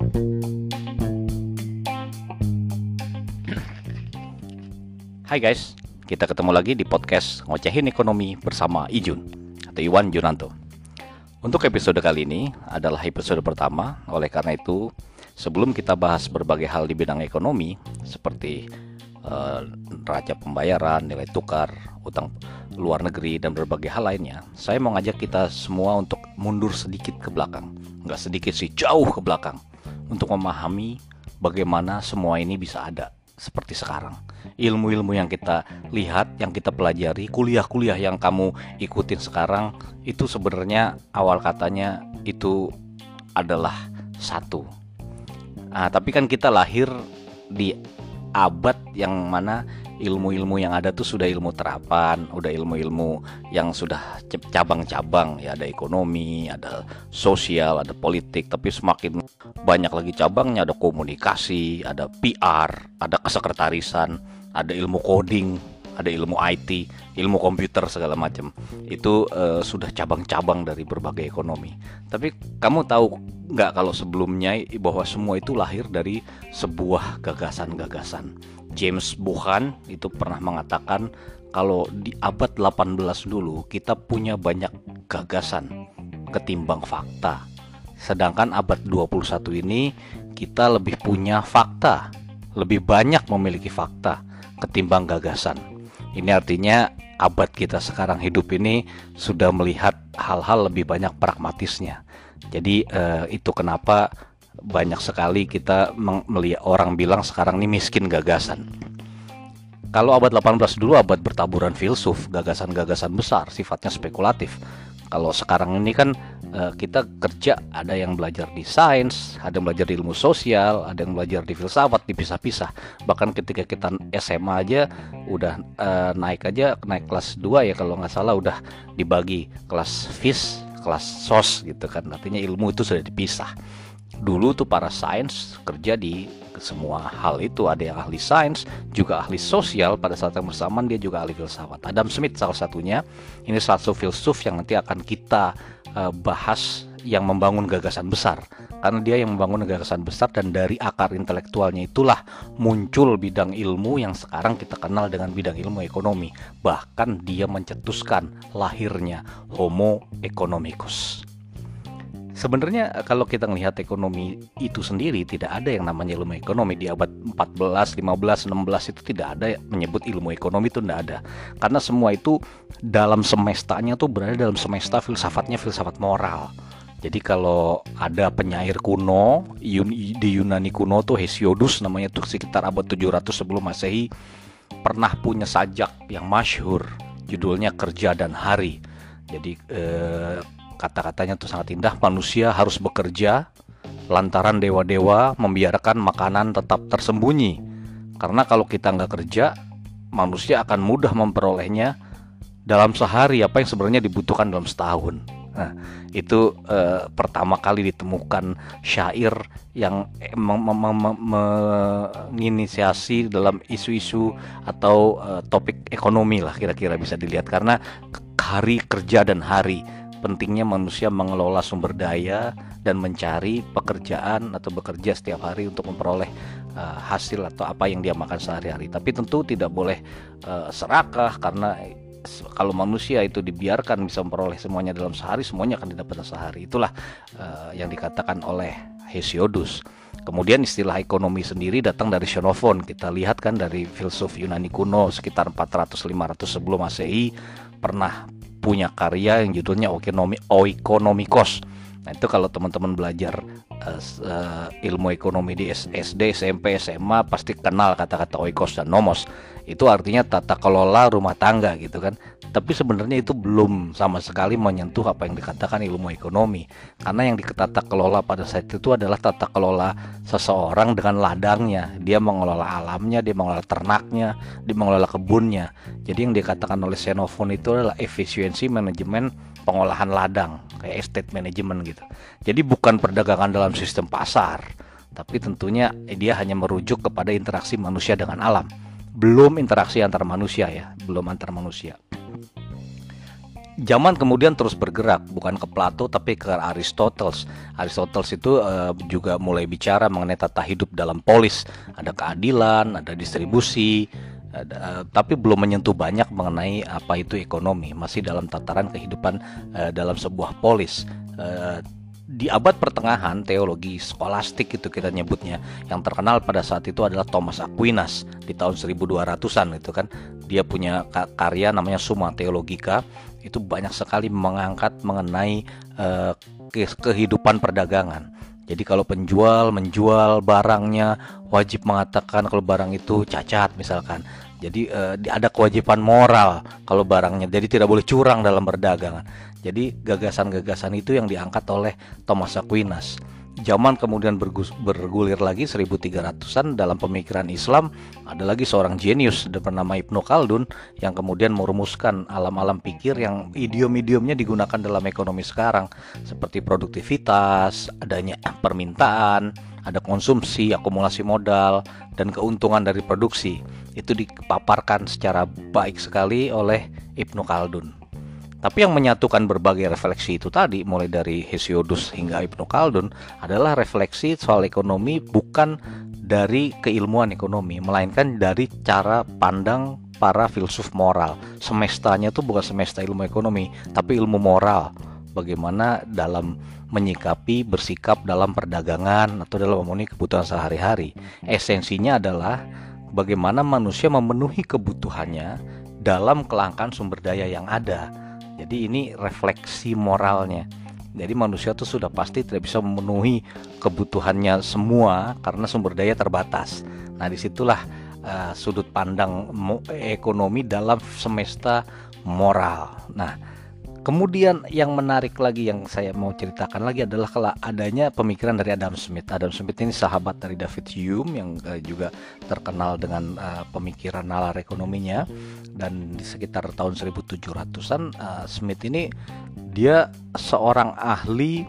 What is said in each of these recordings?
Hai guys, kita ketemu lagi di podcast Ngocehin Ekonomi bersama Ijun atau Iwan Junanto. Untuk episode kali ini adalah episode pertama, oleh karena itu sebelum kita bahas berbagai hal di bidang ekonomi seperti neraca pembayaran, nilai tukar, utang luar negeri, dan berbagai hal lainnya, saya mau ngajak kita semua untuk mundur sedikit ke belakang. Nggak sedikit sih, jauh ke belakang, untuk memahami bagaimana semua ini bisa ada seperti sekarang. Ilmu-ilmu yang kita lihat, yang kita pelajari, kuliah-kuliah yang kamu ikutin sekarang, itu sebenarnya awal katanya itu adalah satu. Tapi kan kita lahir di abad yang mana ilmu-ilmu yang ada tuh sudah ilmu terapan, udah ilmu-ilmu yang sudah cabang-cabang ya, ada ekonomi, ada sosial, ada politik, tapi semakin banyak lagi cabangnya, ada komunikasi, ada PR, ada kesekretarisan, ada ilmu coding, ada ilmu IT, ilmu komputer segala macam. Itu sudah cabang-cabang dari berbagai ekonomi. Tapi kamu tahu nggak kalau sebelumnya bahwa semua itu lahir dari sebuah gagasan-gagasan. James Buchan itu pernah mengatakan kalau di abad 18 dulu kita punya banyak gagasan ketimbang fakta. Sedangkan abad 21 ini kita lebih punya fakta, lebih banyak memiliki fakta ketimbang gagasan. Ini artinya abad kita sekarang hidup ini sudah melihat hal-hal lebih banyak pragmatisnya. Jadi itu kenapa banyak sekali kita melihat orang bilang sekarang ini miskin gagasan. Kalau abad 18 dulu abad bertaburan filsuf, gagasan-gagasan besar, sifatnya spekulatif. Kalau sekarang ini kan kita kerja, ada yang belajar di sains, ada yang belajar di ilmu sosial, ada yang belajar di filsafat, dipisah-pisah. Bahkan ketika kita SMA aja udah naik kelas 2 ya kalau nggak salah, udah dibagi kelas FIS, kelas SOS gitu kan. Artinya ilmu itu sudah dipisah. Dulu tuh para sains kerja di semua hal itu, ada yang ahli sains, juga ahli sosial, pada saat yang bersamaan dia juga ahli filsafat. Adam Smith salah satunya, ini salah satu filsuf yang nanti akan kita bahas, yang membangun gagasan besar. Karena dia yang membangun gagasan besar, dan dari akar intelektualnya itulah muncul bidang ilmu yang sekarang kita kenal dengan bidang ilmu ekonomi. Bahkan dia mencetuskan lahirnya Homo economicus. Sebenarnya kalau kita melihat ekonomi itu sendiri, tidak ada yang namanya ilmu ekonomi. Di abad 14, 15, 16 itu tidak ada yang menyebut ilmu ekonomi, itu tidak ada. Karena semua itu dalam semestanya tuh berada dalam semesta filsafatnya, filsafat moral. Jadi kalau ada penyair kuno di Yunani kuno tuh Hesiodus namanya, tuh sekitar abad 700 sebelum Masehi, pernah punya sajak yang masyhur, judulnya Kerja dan Hari. Jadi kata-katanya tuh sangat indah. Manusia harus bekerja lantaran dewa-dewa membiarkan makanan tetap tersembunyi. Karena kalau kita nggak kerja, manusia akan mudah memperolehnya dalam sehari apa yang sebenarnya dibutuhkan dalam setahun. Nah, itu pertama kali ditemukan syair yang menginisiasi dalam isu-isu atau topik ekonomi lah, kira-kira bisa dilihat. Karena hari kerja dan hari, pentingnya manusia mengelola sumber daya dan mencari pekerjaan atau bekerja setiap hari untuk memperoleh hasil atau apa yang dia makan sehari-hari. Tapi tentu tidak boleh serakah, karena kalau manusia itu dibiarkan bisa memperoleh semuanya dalam sehari, semuanya akan didapat sehari. Itulah yang dikatakan oleh Hesiodus. Kemudian istilah ekonomi sendiri datang dari Xenophon. Kita lihat kan dari filsuf Yunani kuno sekitar 400-500 sebelum Masehi pernah punya karya yang judulnya Oikonomikos. Nah itu kalau teman-teman belajar ilmu ekonomi di SD, SMP, SMA pasti kenal kata-kata oikos dan nomos. Itu artinya tata kelola rumah tangga gitu kan. Tapi sebenarnya itu belum sama sekali menyentuh apa yang dikatakan ilmu ekonomi. Karena yang ditata kelola pada saat itu adalah tata kelola seseorang dengan ladangnya. Dia mengelola alamnya, dia mengelola ternaknya, dia mengelola kebunnya. Jadi yang dikatakan oleh Xenophon itu adalah efisiensi manajemen pengolahan ladang, kayak estate management gitu. Jadi bukan perdagangan dalam sistem pasar, tapi tentunya dia hanya merujuk kepada interaksi manusia dengan alam. Belum interaksi antar manusia ya, belum antar manusia. Zaman kemudian terus bergerak, bukan ke Plato tapi ke Aristoteles. Aristoteles itu juga mulai bicara mengenai tata hidup dalam polis. Ada keadilan, ada distribusi, tapi belum menyentuh banyak mengenai apa itu ekonomi. Masih dalam tataran kehidupan dalam sebuah polis. Di abad pertengahan, teologi skolastik itu kita nyebutnya, yang terkenal pada saat itu adalah Thomas Aquinas di tahun 1200-an itu kan. Dia punya karya namanya Summa Theologica. Itu banyak sekali mengangkat mengenai kehidupan perdagangan. Jadi kalau penjual menjual barangnya wajib mengatakan kalau barang itu cacat misalkan. Jadi ada kewajiban moral kalau barangnya, jadi tidak boleh curang dalam perdagangan. Jadi gagasan-gagasan itu yang diangkat oleh Thomas Aquinas. Zaman kemudian bergulir lagi 1300-an dalam pemikiran Islam. Ada lagi seorang jenius bernama Ibnu Khaldun yang kemudian merumuskan alam-alam pikir yang idiom-idiomnya digunakan dalam ekonomi sekarang, seperti produktivitas, adanya permintaan, ada konsumsi, akumulasi modal, dan keuntungan dari produksi. Itu dipaparkan secara baik sekali oleh Ibnu Khaldun. Tapi yang menyatukan berbagai refleksi itu tadi, mulai dari Hesiodus hingga Ibnu Khaldun, adalah refleksi soal ekonomi bukan dari keilmuan ekonomi, melainkan dari cara pandang para filsuf moral. Semestanya itu bukan semesta ilmu ekonomi, tapi ilmu moral. Bagaimana dalam menyikapi, bersikap dalam perdagangan atau dalam memenuhi kebutuhan sehari-hari. Esensinya adalah bagaimana manusia memenuhi kebutuhannya dalam kelangkaan sumber daya yang ada. Jadi ini refleksi moralnya. Jadi manusia itu sudah pasti tidak bisa memenuhi kebutuhannya semua karena sumber daya terbatas. Nah, disitulah sudut pandang ekonomi dalam semesta moral. Nah, kemudian yang menarik lagi yang saya mau ceritakan lagi adalah adanya pemikiran dari Adam Smith. Adam Smith ini sahabat dari David Hume yang juga terkenal dengan pemikiran nalar ekonominya. Dan di sekitar tahun 1700-an Smith ini dia seorang ahli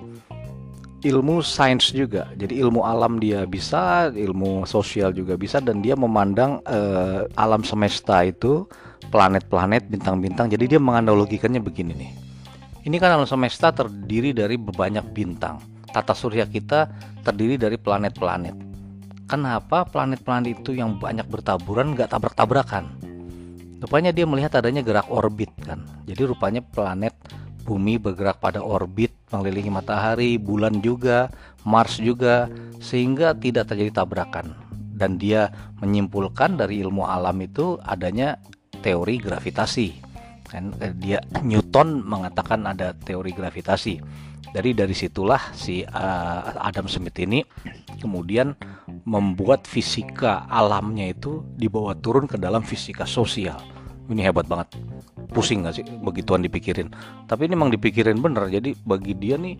ilmu sains juga. Jadi ilmu alam dia bisa, ilmu sosial juga bisa, dan dia memandang alam semesta itu, planet-planet, bintang-bintang. Jadi dia menganalogikannya begini nih. Ini kan alam semesta terdiri dari banyak bintang. Tata surya kita terdiri dari planet-planet. Kenapa planet-planet itu yang banyak bertaburan gak tabrak-tabrakan? Rupanya dia melihat adanya gerak orbit kan. Jadi rupanya planet bumi bergerak pada orbit mengelilingi matahari, bulan juga, Mars juga, sehingga tidak terjadi tabrakan. Dan dia menyimpulkan dari ilmu alam itu adanya teori gravitasi. Kan dia Newton mengatakan ada teori gravitasi. Dari situlah si Adam Smith ini kemudian membuat fisika alamnya itu dibawa turun ke dalam fisika sosial. Ini hebat banget. Pusing gak sih begituan dipikirin? Tapi ini memang dipikirin bener. Jadi bagi dia nih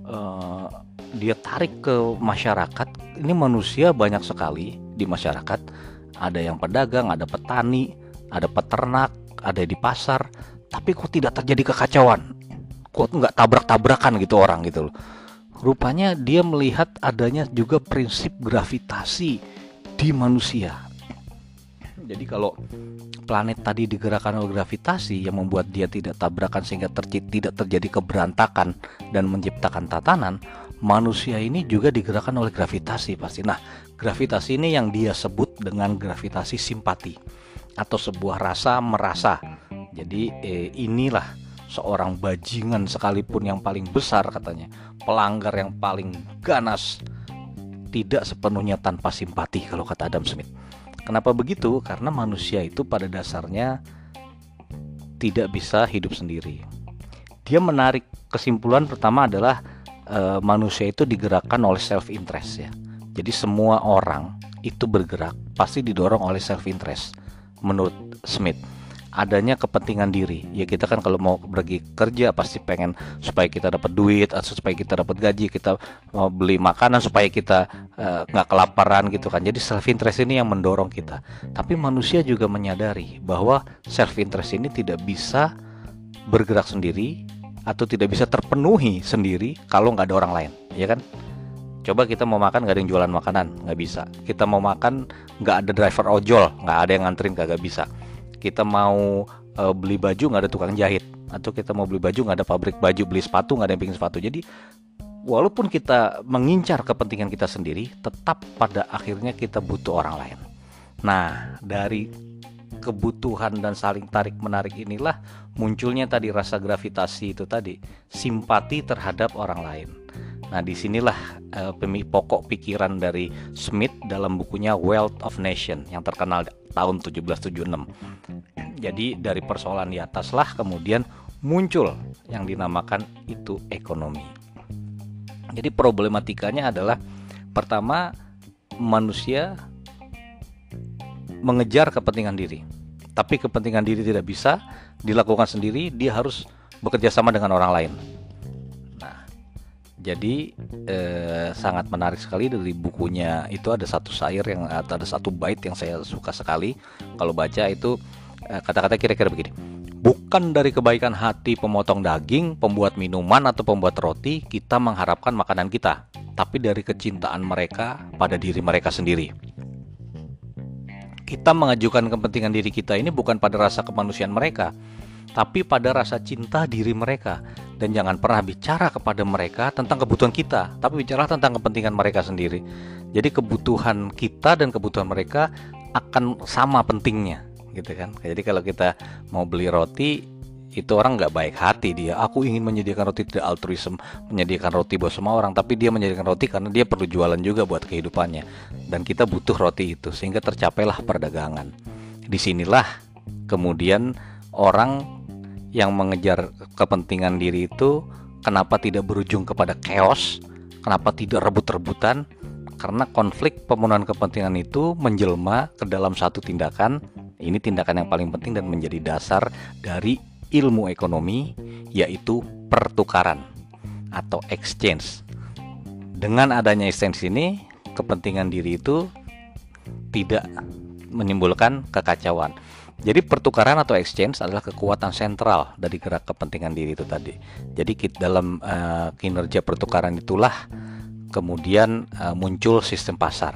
dia tarik ke masyarakat. Ini manusia banyak sekali di masyarakat. Ada yang pedagang, ada petani, ada peternak, ada di pasar. Tapi kok tidak terjadi kekacauan? Kok nggak tabrak-tabrakan gitu orang gitu loh. Rupanya dia melihat adanya juga prinsip gravitasi di manusia. Jadi kalau planet tadi digerakkan oleh gravitasi yang membuat dia tidak tabrakan sehingga tidak terjadi keberantakan dan menciptakan tatanan, manusia ini juga digerakkan oleh gravitasi pasti. Nah, gravitasi ini yang dia sebut dengan gravitasi simpati atau sebuah rasa merasa. Jadi inilah seorang bajingan sekalipun yang paling besar katanya, pelanggar yang paling ganas, tidak sepenuhnya tanpa simpati kalau kata Adam Smith. Kenapa begitu? Karena manusia itu pada dasarnya tidak bisa hidup sendiri. Dia menarik kesimpulan pertama adalah manusia itu digerakkan oleh self interest ya. Jadi semua orang itu bergerak pasti didorong oleh self interest. Menurut Smith, adanya kepentingan diri. Ya kita kan kalau mau pergi kerja pasti pengen supaya kita dapat duit atau supaya kita dapat gaji, kita mau beli makanan supaya kita nggak kelaparan gitu kan. Jadi self interest ini yang mendorong kita. Tapi manusia juga menyadari bahwa self interest ini tidak bisa bergerak sendiri atau tidak bisa terpenuhi sendiri kalau nggak ada orang lain, ya kan? Coba kita mau makan nggak ada yang jualan makanan, nggak bisa. Kita mau makan nggak ada driver ojol, nggak ada yang nganterin, kagak bisa. Kita mau beli baju nggak ada tukang jahit, atau kita mau beli baju nggak ada pabrik baju, beli sepatu nggak ada yang bikin sepatu. Jadi walaupun kita mengincar kepentingan kita sendiri, tetap pada akhirnya kita butuh orang lain. Nah, dari kebutuhan dan saling tarik menarik inilah munculnya tadi rasa gravitasi itu tadi, simpati terhadap orang lain. Nah, disinilah pokok pikiran dari Smith dalam bukunya Wealth of Nation yang terkenal tahun 1776. Jadi dari persoalan di atas lah kemudian muncul yang dinamakan itu ekonomi. Jadi problematikanya adalah pertama, manusia mengejar kepentingan diri, tapi kepentingan diri tidak bisa dilakukan sendiri, dia harus bekerja sama dengan orang lain. Nah, jadi sangat menarik sekali dari bukunya itu ada satu syair yang ada satu bait yang saya suka sekali kalau baca itu, kata-kata kira-kira begini: bukan dari kebaikan hati pemotong daging, pembuat minuman atau pembuat roti kita mengharapkan makanan kita, tapi dari kecintaan mereka pada diri mereka sendiri. Kita mengajukan kepentingan diri kita ini bukan pada rasa kemanusiaan mereka, tapi pada rasa cinta diri mereka. Dan jangan pernah bicara kepada mereka tentang kebutuhan kita, tapi bicara tentang kepentingan mereka sendiri. Jadi kebutuhan kita dan kebutuhan mereka akan sama pentingnya, gitu kan. Jadi kalau kita mau beli roti, itu orang nggak baik hati dia. Aku ingin menyediakan roti, tidak altruism, menyediakan roti buat semua orang, tapi dia menyediakan roti karena dia perlu jualan juga buat kehidupannya. Dan kita butuh roti itu, sehingga tercapailah perdagangan. Disinilah kemudian orang yang mengejar kepentingan diri itu kenapa tidak berujung kepada chaos, kenapa tidak rebut-rebutan? Karena konflik pemenuhan kepentingan itu menjelma ke dalam satu tindakan. Ini tindakan yang paling penting dan menjadi dasar dari ilmu ekonomi, yaitu pertukaran atau exchange. Dengan adanya exchange ini, kepentingan diri itu tidak menimbulkan kekacauan. Jadi pertukaran atau exchange adalah kekuatan sentral dari gerak kepentingan diri itu tadi. Jadi dalam kinerja pertukaran itulah kemudian muncul sistem pasar.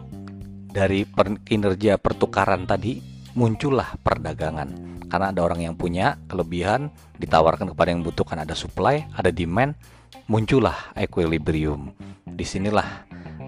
Dari kinerja pertukaran tadi muncullah perdagangan. Karena ada orang yang punya kelebihan ditawarkan kepada yang butuhkan, ada supply, ada demand, muncullah equilibrium. Disinilah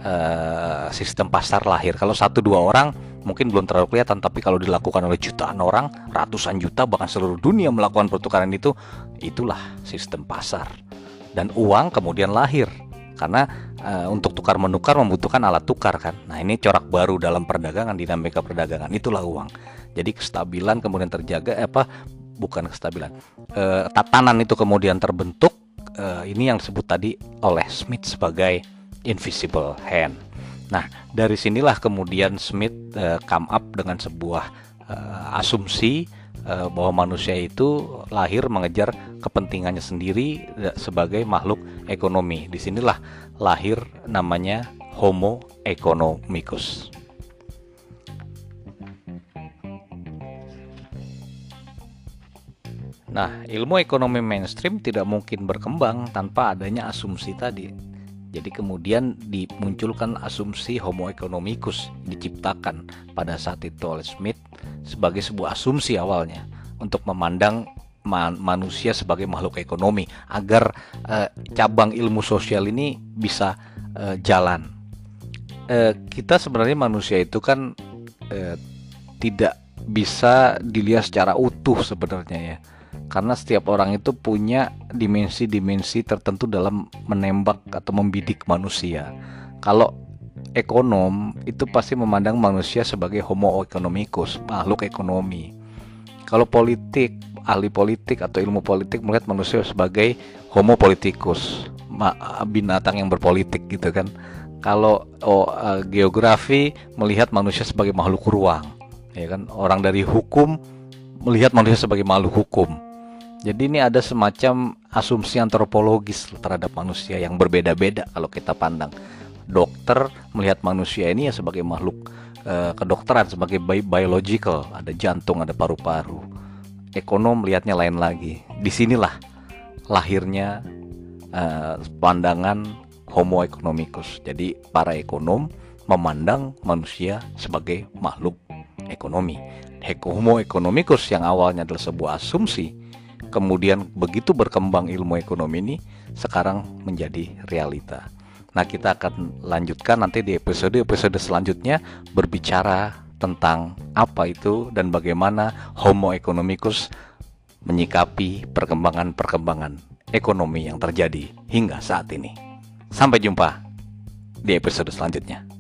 sistem pasar lahir. Kalau 1-2 orang mungkin belum terlalu kelihatan, tapi kalau dilakukan oleh jutaan orang, ratusan juta, bahkan seluruh dunia melakukan pertukaran itu, itulah sistem pasar. Dan uang kemudian lahir karena untuk tukar menukar membutuhkan alat tukar kan. Nah, ini corak baru dalam perdagangan, dinamika perdagangan, itulah uang. Jadi kestabilan kemudian terjaga, bukan kestabilan, tatanan itu kemudian terbentuk. Ini yang disebut tadi oleh Smith sebagai invisible hand. Nah, dari sinilah kemudian Smith come up dengan sebuah asumsi bahwa manusia itu lahir mengejar kepentingannya sendiri sebagai makhluk ekonomi. Disinilah lahir namanya Homo economicus. Nah, ilmu ekonomi mainstream tidak mungkin berkembang tanpa adanya asumsi tadi. Jadi kemudian dimunculkan asumsi Homo economicus, diciptakan pada saat itu oleh Smith sebagai sebuah asumsi awalnya untuk memandang manusia sebagai makhluk ekonomi agar cabang ilmu sosial ini bisa jalan. Kita sebenarnya manusia itu kan tidak bisa dilihat secara utuh sebenarnya ya. Karena setiap orang itu punya dimensi-dimensi tertentu dalam menembak atau membidik manusia. Kalau ekonom itu pasti memandang manusia sebagai Homo economicus, makhluk ekonomi. Kalau politik, ahli politik atau ilmu politik melihat manusia sebagai Homo politicus, binatang yang berpolitik gitu kan. Kalau geografi melihat manusia sebagai makhluk ruang, ya kan. Orang dari hukum melihat manusia sebagai makhluk hukum. Jadi ini ada semacam asumsi antropologis terhadap manusia yang berbeda-beda kalau kita pandang. Dokter melihat manusia ini ya sebagai makhluk kedokteran, sebagai biological, ada jantung, ada paru-paru. Ekonom melihatnya lain lagi. Disinilah lahirnya pandangan Homo economicus. Jadi para ekonom memandang manusia sebagai makhluk ekonomi. Homo economicus yang awalnya adalah sebuah asumsi kemudian begitu berkembang ilmu ekonomi ini sekarang menjadi realita. Nah, kita akan lanjutkan nanti di episode selanjutnya berbicara tentang apa itu dan bagaimana Homo economicus menyikapi perkembangan ekonomi yang terjadi hingga saat ini. Sampai jumpa di episode selanjutnya.